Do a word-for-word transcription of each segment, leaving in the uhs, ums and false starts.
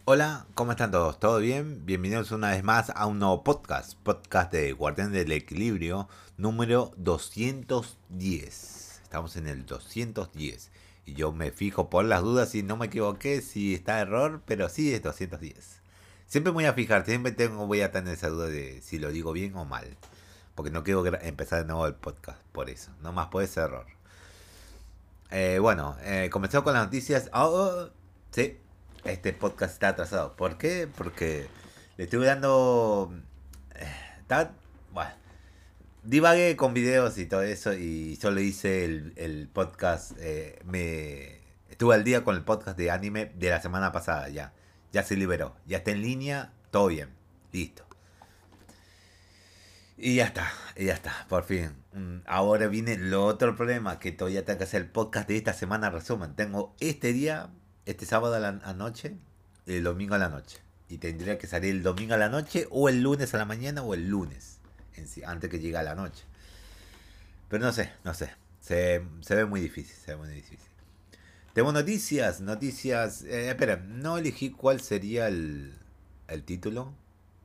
Hola, ¿cómo están todos? ¿Todo bien? Bienvenidos una vez más a un nuevo podcast, podcast de Guardián del Equilibrio, número doscientos diez. Estamos en el doscientos diez. Y yo me fijo por las dudas si no me equivoqué, si está error, pero sí es doscientos diez. Siempre me voy a fijar, siempre tengo, voy a tener esa duda de si lo digo bien o mal. Porque no quiero empezar de nuevo el podcast, por eso. No más por ese error. Eh, bueno, eh, comenzamos con las noticias. Oh, oh, sí, este podcast está atrasado. ¿Por qué? Porque le estuve dando... eh, Está, bueno, divagué con videos y todo eso y solo hice el, el podcast. Eh, me Estuve al día con el podcast de anime de la semana pasada ya. Ya se liberó, ya está en línea, todo bien, listo. Y ya está, y ya está, por fin. Mm, Ahora viene lo otro problema, que todavía tengo que hacer el podcast de esta semana resumen. Tengo este día, este sábado a la a noche, y el domingo a la noche. Y tendría que salir el domingo a la noche, o el lunes a la mañana, o el lunes, en sí, antes que llegue a la noche. Pero no sé, no sé. Se, se ve muy difícil, se ve muy difícil. Tengo noticias, noticias... Eh, espera, no elegí cuál sería el, el título.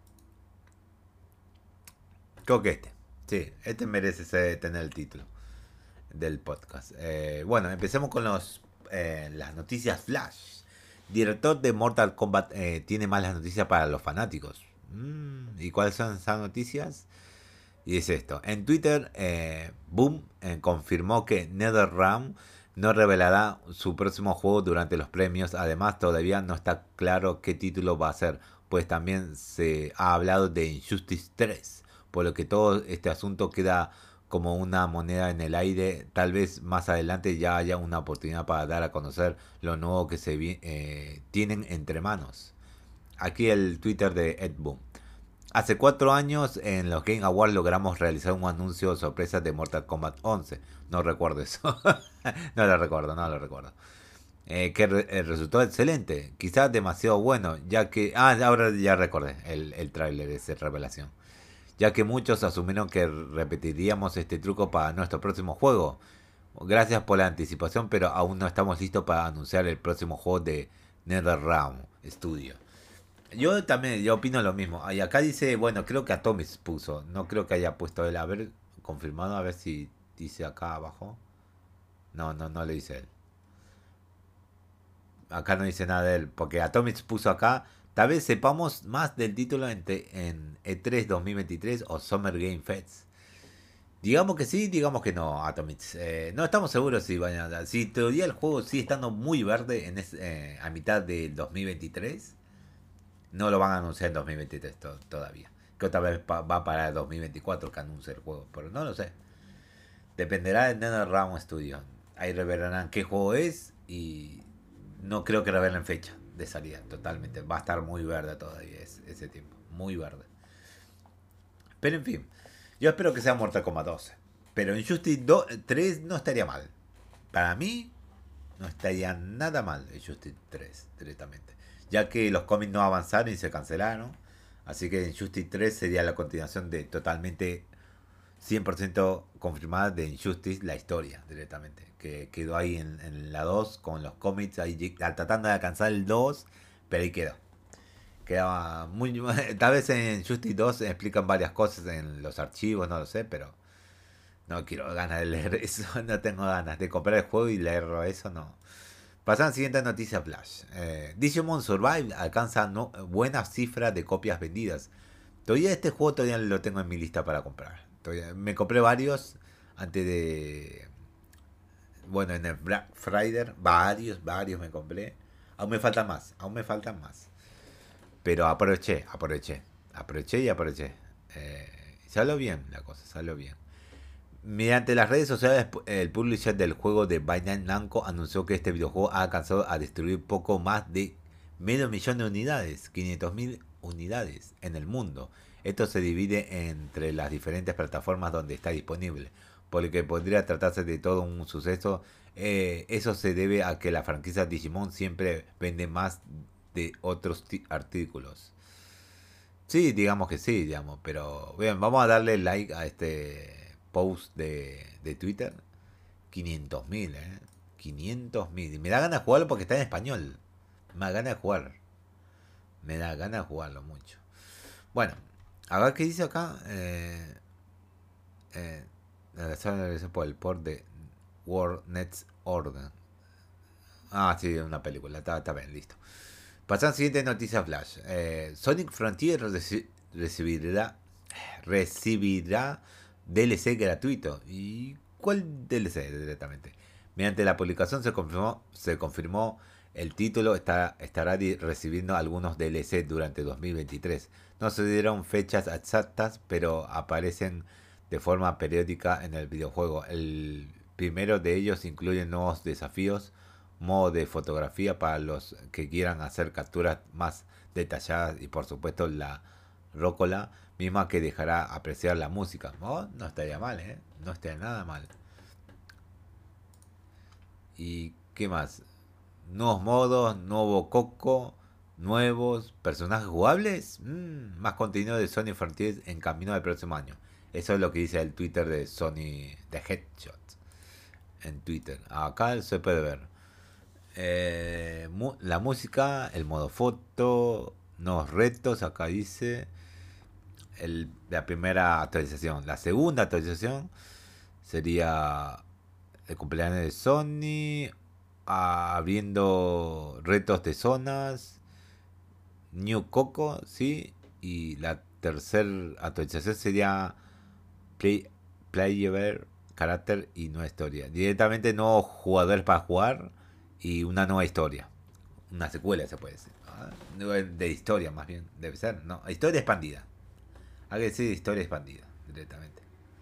Creo que este. Sí, este merece ser- tener el título del podcast. Eh, bueno, empecemos con los, eh, las noticias flash. Director de Mortal Kombat eh, tiene malas noticias para los fanáticos. Mm, ¿Y cuáles son esas noticias? Y es esto. En Twitter, eh, Boom eh, confirmó que NetherRealm no revelará su próximo juego durante los premios. Además, todavía no está claro qué título va a ser, pues también se ha hablado de Injustice tres, por lo que todo este asunto queda como una moneda en el aire. Tal vez más adelante ya haya una oportunidad para dar a conocer lo nuevo que se vi- eh, tienen entre manos. Aquí el Twitter de Ed Boon. Hace cuatro años en los Game Awards logramos realizar un anuncio sorpresa de Mortal Kombat once. No recuerdo eso. No lo recuerdo, no lo recuerdo. Eh, que re- eh, resultó excelente. Quizás demasiado bueno, ya que... Ah, ahora ya recordé el, el tráiler de esa revelación. Ya que muchos asumieron que repetiríamos este truco para nuestro próximo juego. Gracias por la anticipación, pero aún no estamos listos para anunciar el próximo juego de NetherRealm Studio. Yo también, yo opino lo mismo. Y acá dice, bueno, creo que Atomis puso. No creo que haya puesto él. A ver, confirmado, a ver si dice acá abajo. No, no, no le dice él. Acá no dice nada de él. Porque Atomis puso acá. Tal vez sepamos más del título en, te- en E tres dos mil veintitrés o Summer Game Fest. Digamos que sí, digamos que no, Atomics. Eh, no estamos seguros si vayan a dar. Si todavía el juego sigue estando muy verde en es- eh, a mitad del dos mil veintitrés, no lo van a anunciar en dos mil veintitrés to- todavía. Que otra vez pa- va para el dos mil veinticuatro que anuncie el juego. Pero no lo sé. Dependerá de NetherRealm Studio. Ahí revelarán qué juego es y no creo que revelen fecha de salida. Totalmente. Va a estar muy verde todavía ese, ese tiempo. Muy verde. Pero en fin. Yo espero que sea Mortal Kombat doce. Pero Injustice dos, tres no estaría mal. Para mí no estaría nada mal Injustice tres directamente. Ya que los cómics no avanzaron y se cancelaron. Así que Injustice tres sería la continuación de totalmente cien por ciento confirmada de Injustice, la historia directamente. Que quedó ahí en, en la dos con los cómics, ahí tratando de alcanzar el dos, pero ahí quedó. Quedaba muy... Tal vez en Injustice dos explican varias cosas en los archivos, no lo sé, pero no quiero ganas de leer eso, no tengo ganas de comprar el juego y leer eso, no. Pasamos a la siguiente noticia flash. Eh, Digimon Survive alcanza no, buenas cifras de copias vendidas. Todavía este juego todavía lo tengo en mi lista para comprar. Todavía, me compré varios antes de... Bueno, en el Black Friday, varios, varios me compré. Aún me faltan más, aún me faltan más. Pero aproveché, aproveché, aproveché y aproveché. Eh, salió bien la cosa, salió bien. Mediante las redes sociales, el publisher del juego de Bandai Namco anunció que este videojuego ha alcanzado a destruir poco más de medio millón de unidades, quinientas mil unidades en el mundo. Esto se divide entre las diferentes plataformas donde está disponible, por lo que podría tratarse de todo un suceso. Eh, eso se debe a que la franquicia Digimon siempre vende más de otros artículos. Sí, digamos que sí, digamos, pero bien, vamos a darle like a este post de, de Twitter. quinientos mil, ¿eh? quinientos mil. Y me da ganas de jugarlo porque está en español. Me da ganas de jugar. Me da ganas de jugarlo mucho. Bueno, a ver qué dice acá. Eh, eh, la sala de por el port de World Next Order. Ah, sí, una película. Está, está bien, listo. Pasan siguiente noticia flash. Eh, Sonic Frontier reci- recibirá recibirá D L C gratuito. ¿Y cuál D L C directamente? Mediante la publicación se confirmó, se confirmó el título está, estará di- recibiendo algunos D L C durante dos mil veintitrés. No se dieron fechas exactas, pero aparecen de forma periódica en el videojuego. El primero de ellos incluye nuevos desafíos, modo de fotografía para los que quieran hacer capturas más detalladas y por supuesto la rócola misma que dejará apreciar la música. Oh, no estaría mal, ¿eh? No estaría nada mal. ¿Y qué más? Nuevos modos, nuevo Coco, nuevos personajes jugables, mm, más contenido de Sony Frontiers en camino del próximo año. Eso es lo que dice el Twitter de Sony de Headshot en Twitter. Acá se puede ver. Eh, mu- la música, el modo foto, nuevos retos, acá dice el, la primera actualización. La segunda actualización sería el cumpleaños de Sony, abriendo retos de zonas, New Coco, ¿sí? Y la tercera actualización sería play, Player, Carácter y nueva historia. Directamente nuevos jugadores para jugar y una nueva historia. Una secuela se puede decir. ¿No? De historia más bien, debe ser. No, historia expandida. Hay que decir historia expandida directamente.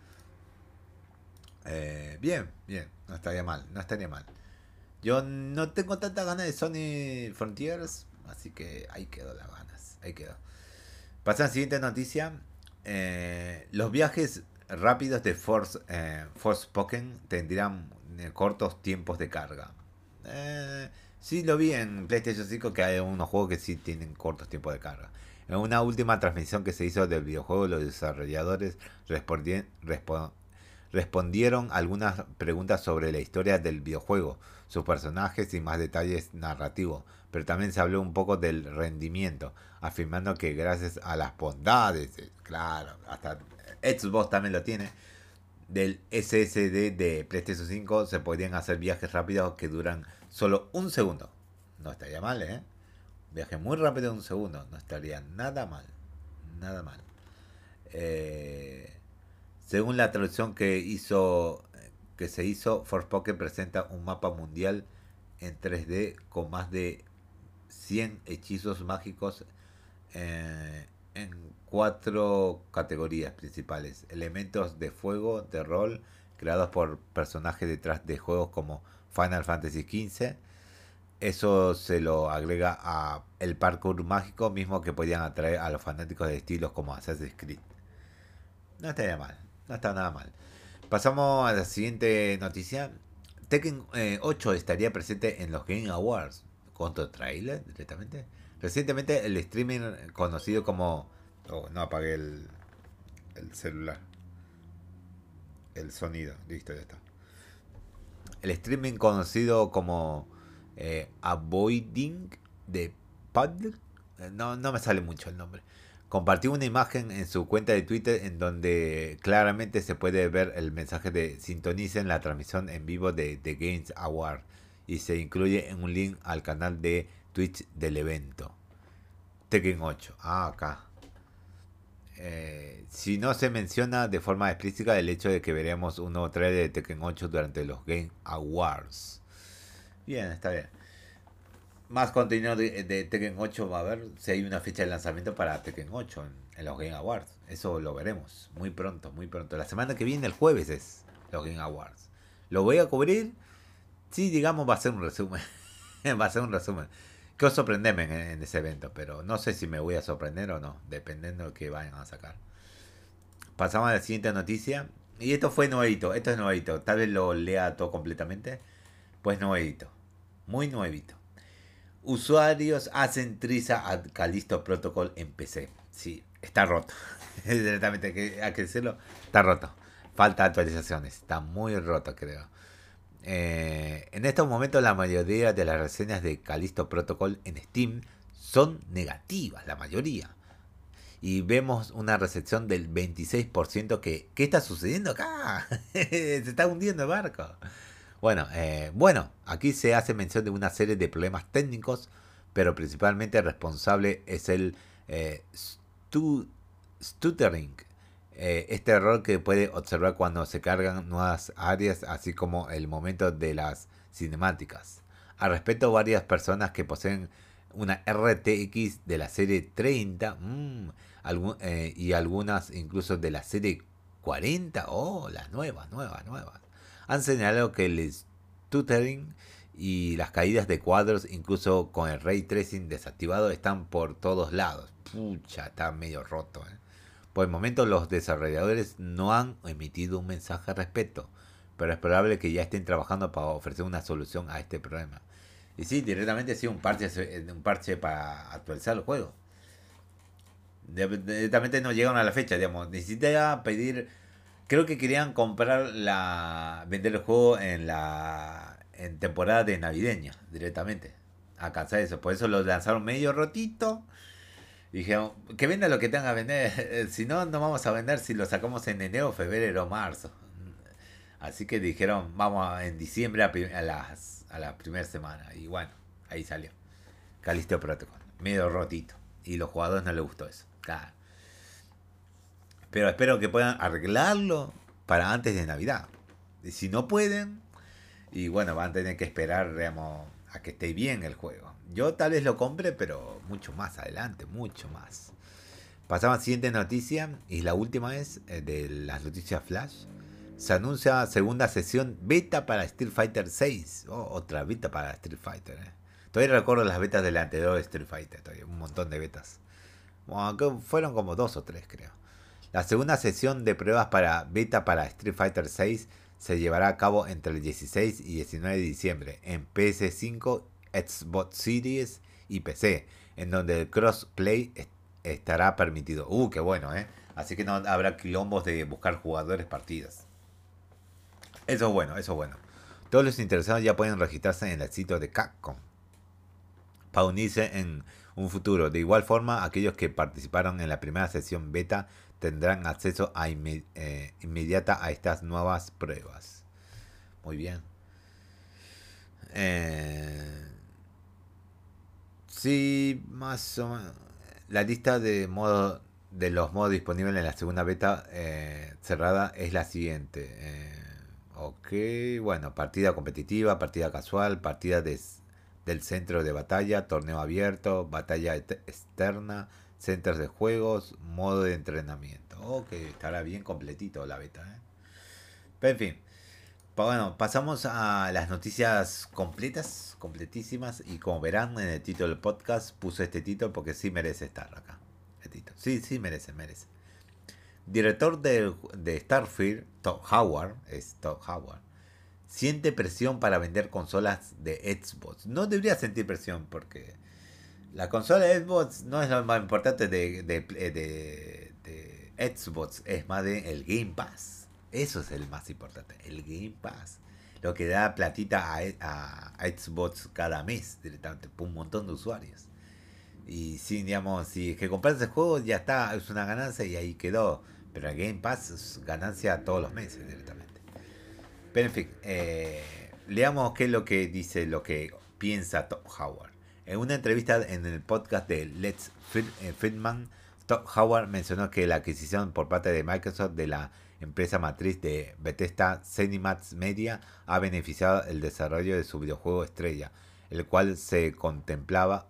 Eh, bien, bien, no estaría mal, no estaría mal. Yo no tengo tanta ganas de Sony Frontiers, así que ahí quedó las ganas, ahí quedó. Pasa a la siguiente noticia. Eh, los viajes rápidos de Force, eh, Forspoken tendrán eh, cortos tiempos de carga. Eh, sí, lo vi en PlayStation cinco que hay unos juegos que sí tienen cortos tiempos de carga. En una última transmisión que se hizo del videojuego, los desarrolladores respondieron, respondieron algunas preguntas sobre la historia del videojuego, sus personajes y más detalles narrativos, pero también se habló un poco del rendimiento, afirmando que gracias a las bondades, eh, claro, hasta Xbox también lo tiene, del S S D de PlayStation cinco se podían hacer viajes rápidos que duran solo un segundo. No estaría mal, ¿eh? Viaje muy rápido de un segundo, no estaría nada mal, nada mal. Eh, Según la traducción que hizo que se hizo, Forspoken presenta un mapa mundial en tres D con más de cien hechizos mágicos eh, en cuatro categorías principales. Elementos de fuego, de rol, creados por personajes detrás de juegos como Final Fantasy quince. Eso se lo agrega a el parkour mágico mismo que podían atraer a los fanáticos de estilos como Assassin's Creed. No estaría mal, no está nada mal. Pasamos a la siguiente noticia. Tekken eh, ocho estaría presente en los Game Awards. ¿Conto trailer directamente? Recientemente el streaming conocido como... Oh, no apagué el, el celular. El sonido. Listo, ya está. El streaming conocido como eh, Avoiding the Public. No, no me sale mucho el nombre. Compartió una imagen en su cuenta de Twitter en donde claramente se puede ver el mensaje de sintonicen la transmisión en vivo de The Games Award y se incluye en un link al canal de Twitch del evento. Tekken ocho. Ah, acá. Eh, si no se menciona de forma explícita el hecho de que veremos un nuevo trailer de Tekken ocho durante los Game Awards. Bien, está bien. Más contenido de, de Tekken ocho va a haber si hay una fecha de lanzamiento para Tekken ocho en, en los Game Awards. Eso lo veremos muy pronto, muy pronto. La semana que viene, el jueves, es los Game Awards. ¿Lo voy a cubrir? Sí, digamos, va a ser un resumen. Va a ser un resumen. Que os sorprendeme en, en ese evento, pero no sé si me voy a sorprender o no, dependiendo de lo que vayan a sacar. Pasamos a la siguiente noticia. Y esto fue nuevito, esto es nuevito. Tal vez lo lea todo completamente. Pues nuevito. Muy nuevito. Usuarios hacen triza a Callisto Protocol en P C. Sí, está roto. Directamente, hay que decirlo. Está roto. Falta actualizaciones. Está muy roto, creo. Eh, en estos momentos la mayoría de las reseñas de Callisto Protocol en Steam son negativas, la mayoría. Y vemos una recepción del veintiséis por ciento que... ¿Qué está sucediendo acá? Se está hundiendo el barco. Bueno, eh, bueno, aquí se hace mención de una serie de problemas técnicos, pero principalmente el responsable es el eh, stu stuttering. Eh, este error que puede observar cuando se cargan nuevas áreas, así como el momento de las cinemáticas. Al respecto, varias personas que poseen una R T X de la serie treinta mmm, algún, eh, y algunas incluso de la serie cuarenta, oh, las nuevas, nuevas, nuevas, han señalado que el stuttering y las caídas de cuadros, incluso con el ray tracing desactivado, están por todos lados. Pucha, está medio roto. ¿eh? Por el momento los desarrolladores no han emitido un mensaje al respecto, pero es probable que ya estén trabajando para ofrecer una solución a este problema. Y sí, directamente sí, un parche, un parche para actualizar el juego. Directamente no llegaron a la fecha, digamos. Necesita pedir. Creo que querían comprar la. Vender el juego en la. En temporada de navideña, directamente. Alcanzar eso. Por eso lo lanzaron medio rotito. Y dijeron, que venda lo que tenga que vender. Si no, no vamos a vender si lo sacamos en enero, febrero o marzo. Así que dijeron, vamos a, en diciembre a, a las a la primera semana. Y bueno, ahí salió. Callisto Protocol. Medio rotito. Y los jugadores no les gustó eso. Claro. Pero espero que puedan arreglarlo para antes de Navidad. Y si no pueden, y bueno, van a tener que esperar, digamos, a que esté bien el juego. Yo tal vez lo compre, pero mucho más adelante, mucho más. Pasamos a la siguiente noticia, y la última es eh, de las noticias Flash. Se anuncia segunda sesión beta para Street Fighter seis. Oh, otra beta para Street Fighter. Eh. Todavía recuerdo las betas del anterior Street Fighter. Todavía, un montón de betas. Bueno, fueron como dos o tres, creo. La segunda sesión de pruebas para beta para Street Fighter seis se llevará a cabo entre el dieciséis y diecinueve de diciembre en P S cinco, Xbox Series y P C, en donde el crossplay est estará permitido. Uh, qué bueno, ¿eh? Así que no habrá quilombos de buscar jugadores partidas. Eso es bueno, eso es bueno. Todos los interesados ya pueden registrarse en el sitio de Capcom para unirse en un futuro. De igual forma, aquellos que participaron en la primera sesión beta tendrán acceso a inme eh, inmediata a estas nuevas pruebas. Muy bien. Eh, sí, más o menos. La lista de modo de los modos disponibles en la segunda beta eh, cerrada es la siguiente. Eh, ok, bueno, partida competitiva, partida casual, partida de, del centro de batalla, torneo abierto, batalla externa, centros de juegos, modo de entrenamiento. Ok, estará bien completito la beta. ¿eh? Pero en fin, bueno, pasamos a las noticias completas, completísimas. Y como verán en el título del podcast, puse este título porque sí merece estar acá. El título. Sí, sí merece, merece. Director de, de Starfield, Todd Howard, es Todd Howard, siente presión para vender consolas de Xbox. No debería sentir presión porque la consola de Xbox no es lo más importante de, de, de, de, de Xbox, es más de el Game Pass. Eso es el más importante, el Game Pass. Lo que da platita a, a, a Xbox cada mes directamente, por un montón de usuarios. Y si, digamos, si es que compras ese juego, ya está, es una ganancia y ahí quedó. Pero el Game Pass es ganancia todos los meses directamente. Pero en fin, eh, leamos qué es lo que dice, lo que piensa Todd Howard. En una entrevista en el podcast de Let's Friedman, Todd Howard mencionó que la adquisición por parte de Microsoft de la empresa matriz de Bethesda, Zenimax Media, ha beneficiado el desarrollo de su videojuego estrella, el cual se contemplaba,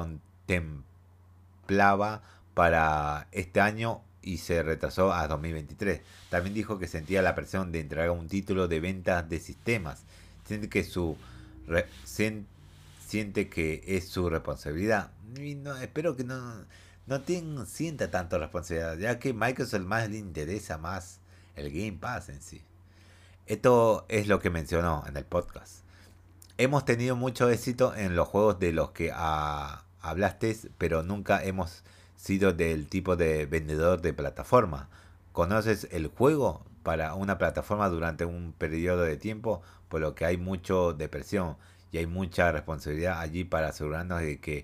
contemplaba para este año y se retrasó a dos mil veintitrés. También dijo que sentía la presión de entregar un título de ventas de sistemas. Siente que su re, siente que es su responsabilidad. Y no, espero que no, no ten, sienta tanto responsabilidad, ya que Microsoft más le interesa más el Game Pass en sí. Esto es lo que mencionó en el podcast. Hemos tenido mucho éxito en los juegos de los que a, hablaste, pero nunca hemos sido del tipo de vendedor de plataforma. ¿Conoces el juego para una plataforma durante un periodo de tiempo? Por lo que hay mucho de presión y hay mucha responsabilidad allí para asegurarnos de que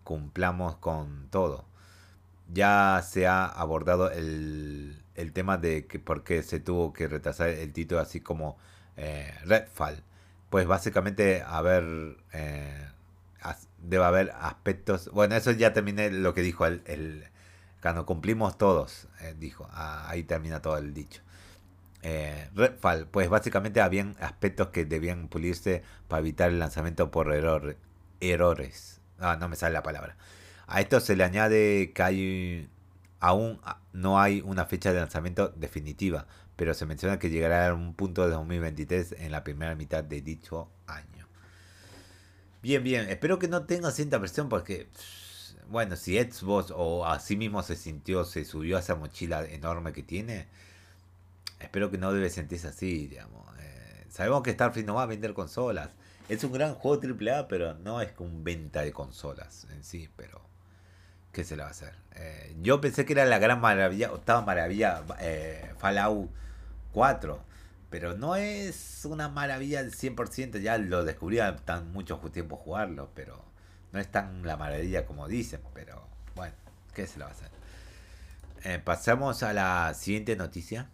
cumplamos con todo. Ya se ha abordado el, el tema de que por qué se tuvo que retrasar el título, así como eh, Redfall. Pues básicamente haber eh, as- debe haber aspectos. Bueno, eso ya terminé lo que dijo el, el- cuando cumplimos todos, eh, dijo. Ah, ahí termina todo el dicho. Eh, Redfall, pues básicamente habían aspectos que debían pulirse para evitar el lanzamiento por error, errores. Ah, no me sale la palabra. A esto se le añade que hay aún no hay una fecha de lanzamiento definitiva, pero se menciona que llegará a un punto de dos mil veintitrés en la primera mitad de dicho año. Bien, bien, espero que no tenga cierta presión porque, bueno, si Xbox o así mismo se sintió, se subió a esa mochila enorme que tiene, espero que no debe sentirse así, digamos. Eh, sabemos que Starfield no va a vender consolas. Es un gran juego triple A, pero no es un venta de consolas en sí, pero ¿qué se le va a hacer? Eh, yo pensé que era la gran maravilla, octava maravilla, eh, Fallout cuatro, pero no es una maravilla al cien por ciento, ya lo descubrí a tan mucho tiempo jugarlo, pero no es tan la maravilla como dicen, pero bueno, ¿qué se le va a hacer? Eh, pasamos a la siguiente noticia.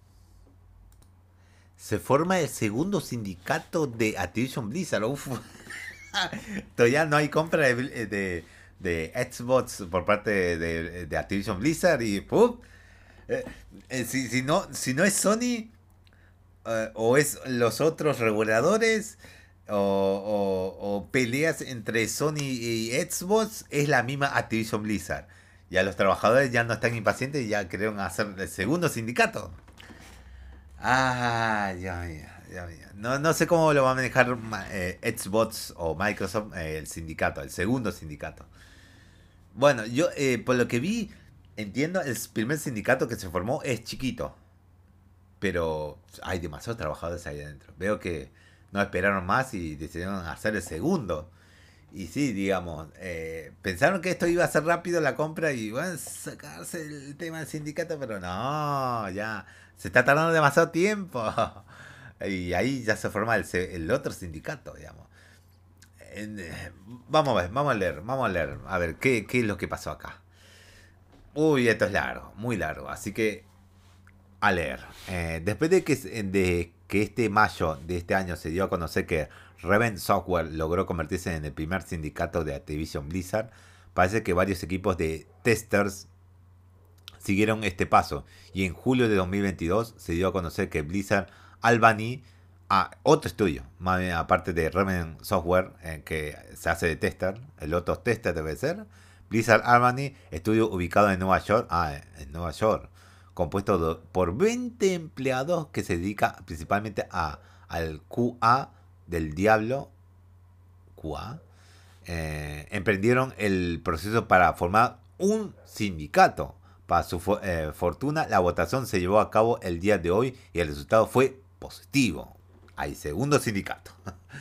Se forma el segundo sindicato de Activision Blizzard. Uf. Todavía no hay compra de, de, de Xbox por parte de, de Activision Blizzard y ¡pum! Eh, eh, si, si, no, si no es Sony, eh, o es los otros reguladores, o, o, o peleas entre Sony y Xbox, es la misma Activision Blizzard. Ya los trabajadores ya no están impacientes y ya querieron hacer el segundo sindicato. Ah, ya, ya, ya, ya. No, no sé cómo lo va a manejar eh, Xbox o Microsoft, eh, el sindicato, el segundo sindicato. Bueno, yo eh, por lo que vi, entiendo, el primer sindicato que se formó es chiquito, pero hay demasiados trabajadores ahí adentro. Veo que no esperaron más y decidieron hacer el segundo. Y sí, digamos, eh, pensaron que esto iba a ser rápido la compra y van a sacarse el tema del sindicato, pero no, ya se está tardando demasiado tiempo. Y ahí ya se forma el, se- el otro sindicato, digamos. En- eh, vamos a ver, vamos a leer, vamos a leer, a ver qué, qué es lo que pasó acá. Uy, esto es largo, muy largo, así que a leer. Eh, después de que, de que este mayo de este año se dio a conocer que Raven Software logró convertirse en el primer sindicato de Activision Blizzard, parece que varios equipos de testers siguieron este paso. Y en julio de dos mil veintidós se dio a conocer que Blizzard Albany, ah, otro estudio, más bien aparte de Raven Software, eh, que se hace de tester, el otro tester debe ser, Blizzard Albany, estudio ubicado en Nueva York, ah, en Nueva York, compuesto de- por veinte empleados que se dedica principalmente a, al Q A del Diablo, Q A, eh, emprendieron el proceso para formar un sindicato. Para su fo- eh, fortuna, la votación se llevó a cabo el día de hoy y el resultado fue positivo. Hay segundo sindicato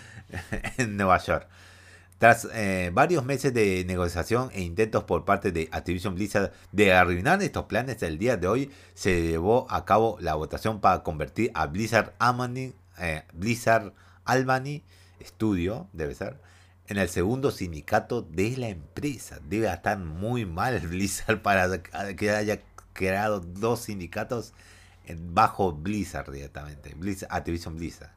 en Nueva York. Tras eh, varios meses de negociación e intentos por parte de Activision Blizzard de arruinar estos planes, el día de hoy se llevó a cabo la votación para convertir a Blizzard Albany, eh, Blizzard Albany Studio, debe ser, en el segundo sindicato de la empresa. Debe estar muy mal Blizzard para que haya creado dos sindicatos bajo Blizzard directamente, Blizzard, Activision Blizzard.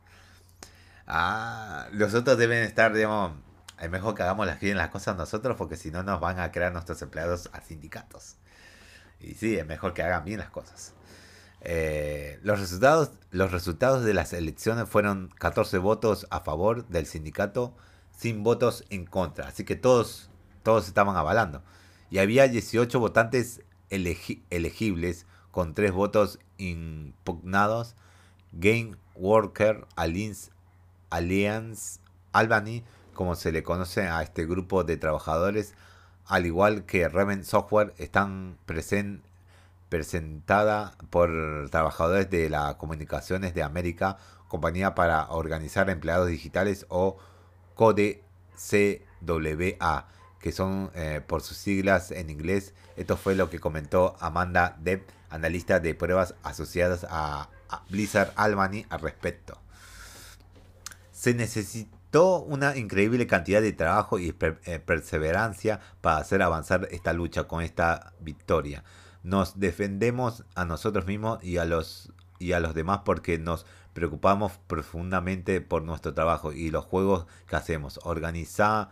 Ah, los otros deben estar, digamos, es mejor que hagamos las, bien las cosas nosotros porque si no nos van a crear nuestros empleados a sindicatos. Y sí, es mejor que hagan bien las cosas. Eh, los, resultados, los resultados de las elecciones fueron catorce votos a favor del sindicato, sin votos en contra. Así que todos, todos estaban avalando. Y había dieciocho votantes elegi elegibles con tres votos impugnados. Game Worker Alliance, Alliance Albany, como se le conoce a este grupo de trabajadores, al igual que Raven Software, están presentes presentada por trabajadores de las comunicaciones de América, compañía para organizar empleados digitales o Code C W A, que son eh, por sus siglas en inglés. Esto fue lo que comentó Amanda Depp, analista de pruebas asociadas a, a Blizzard Albany al respecto. Se necesita necesitó una increíble cantidad de trabajo y per- eh, perseverancia para hacer avanzar esta lucha con esta victoria. Nos defendemos a nosotros mismos y a los y a los demás porque nos preocupamos profundamente por nuestro trabajo y los juegos que hacemos. Organiza,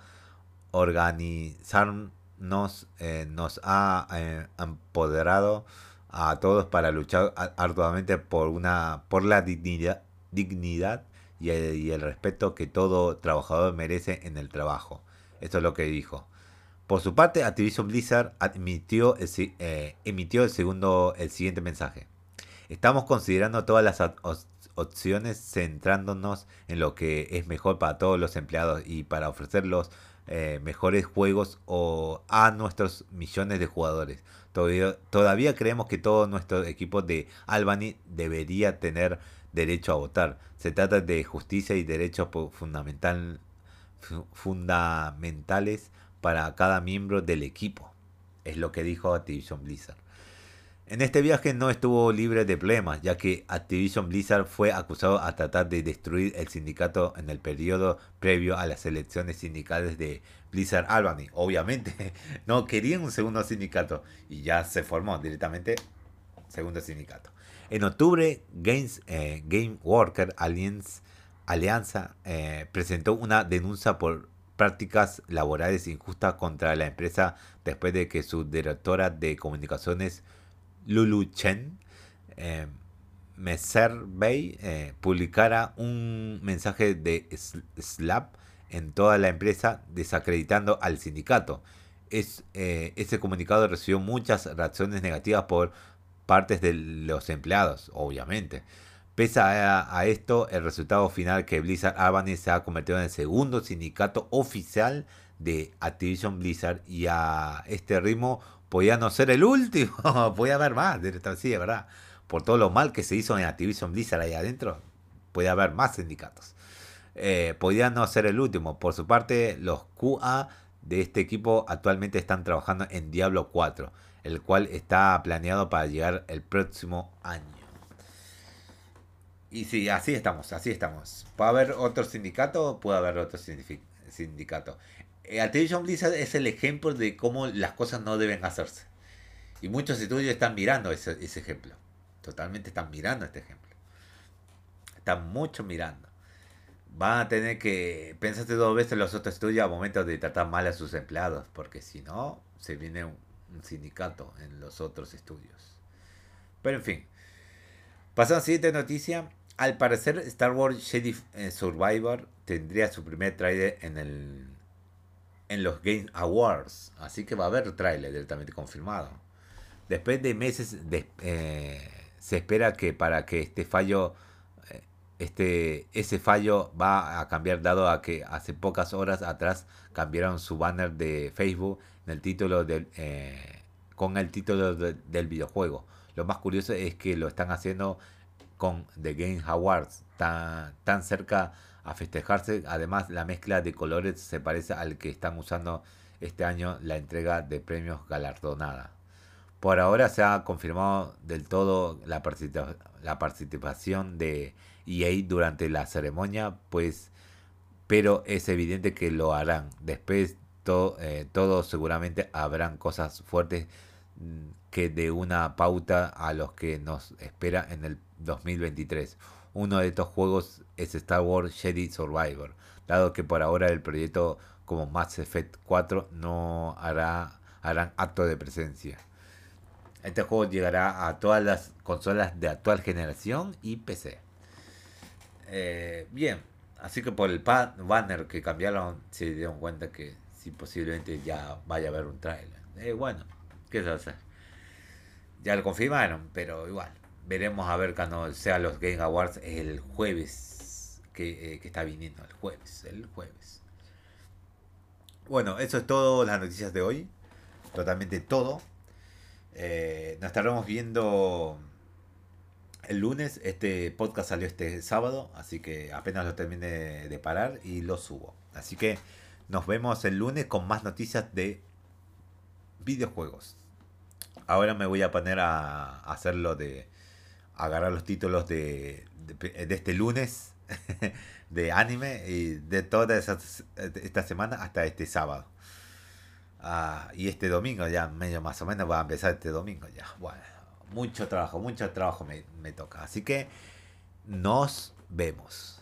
organizarnos eh, nos ha eh, empoderado a todos para luchar arduamente por una por la dignidad dignidad y el, y el respeto que todo trabajador merece en el trabajo. Esto es lo que dijo. Por su parte, Activision Blizzard admitió el eh, emitió el segundo el siguiente mensaje. Estamos considerando todas las opciones centrándonos en lo que es mejor para todos los empleados y para ofrecer los eh, mejores juegos o a nuestros millones de jugadores. Todavía, todavía creemos que todo nuestro equipo de Albany debería tener derecho a votar. Se trata de justicia y derechos fundamental, fundamentales para cada miembro del equipo. Es lo que dijo Activision Blizzard. En este viaje no estuvo libre de problemas, ya que Activision Blizzard fue acusado a tratar de destruir el sindicato en el periodo previo a las elecciones sindicales de Blizzard Albany. Obviamente, no querían un segundo sindicato y ya se formó directamente segundo sindicato. En octubre, Games, eh, Game Worker Alliance, Alianza eh, presentó una denuncia por prácticas laborales injustas contra la empresa después de que su directora de comunicaciones Lulu Chen eh, Messerbey eh, publicara un mensaje de slap en toda la empresa desacreditando al sindicato. Es, eh, ese comunicado recibió muchas reacciones negativas por partes de los empleados, obviamente. Pese a, a esto, el resultado final que Blizzard Albany se ha convertido en el segundo sindicato oficial de Activision Blizzard y a este ritmo podía no ser el último, podía haber más, sí, de verdad. Por todo lo mal que se hizo en Activision Blizzard ahí adentro, puede haber más sindicatos. Eh, podía no ser el último. Por su parte, los Q A de este equipo actualmente están trabajando en Diablo cuatro, el cual está planeado para llegar el próximo año. Y sí, así estamos, así estamos. ¿Puede haber otro sindicato? Puede haber otro sindicato. Eh, Activision Blizzard es el ejemplo de cómo las cosas no deben hacerse. Y muchos estudios están mirando ese, ese ejemplo. Totalmente están mirando este ejemplo. Están mucho mirando. Van a tener que pensarse dos veces los otros estudios a momento de tratar mal a sus empleados. Porque si no, se viene un, un sindicato en los otros estudios. Pero en fin. Pasando a la siguiente noticia. Al parecer, Star Wars Jedi Survivor tendría su primer trailer en el en los Game Awards. Así que va a haber trailer directamente confirmado. Después de meses de, eh, se espera que para que este fallo eh, este ese fallo va a cambiar dado a que hace pocas horas atrás cambiaron su banner de Facebook en el título del, eh, con el título de, del videojuego. Lo más curioso es que lo están haciendo con The Game Awards tan, tan cerca a festejarse. Además, la mezcla de colores se parece al que están usando este año la entrega de premios galardonada. Por ahora se ha confirmado del todo la, participa la participación de E A durante la ceremonia, pues, pero es evidente que lo harán. Después to eh, todos seguramente habrán cosas fuertes que de una pauta a los que nos espera en el dos mil veintitrés. Uno de estos juegos es Star Wars Jedi Survivor, dado que por ahora el proyecto como Mass Effect cuatro no hará harán acto de presencia. Este juego llegará a todas las consolas de actual generación y P C. Eh, bien, así que por el banner que cambiaron se dieron cuenta que sí, posiblemente ya vaya a haber un trailer. Eh, bueno, ¿qué se va a hacer? Ya lo confirmaron, pero igual. Veremos a ver cuando sea los Game Awards el jueves. Que, eh, que está viniendo el jueves. El jueves. Bueno, eso es todo las noticias de hoy. Totalmente todo. Eh, nos estaremos viendo el lunes. Este podcast salió este sábado. Así que apenas lo termine de parar y lo subo. Así que nos vemos el lunes con más noticias de videojuegos. Ahora me voy a poner a hacerlo de agarrar los títulos de, de, de este lunes de anime y de toda esa, esta semana hasta este sábado. Ah, y este domingo ya medio más o menos va a empezar este domingo ya. Bueno, mucho trabajo, mucho trabajo me, me toca. Así que nos vemos.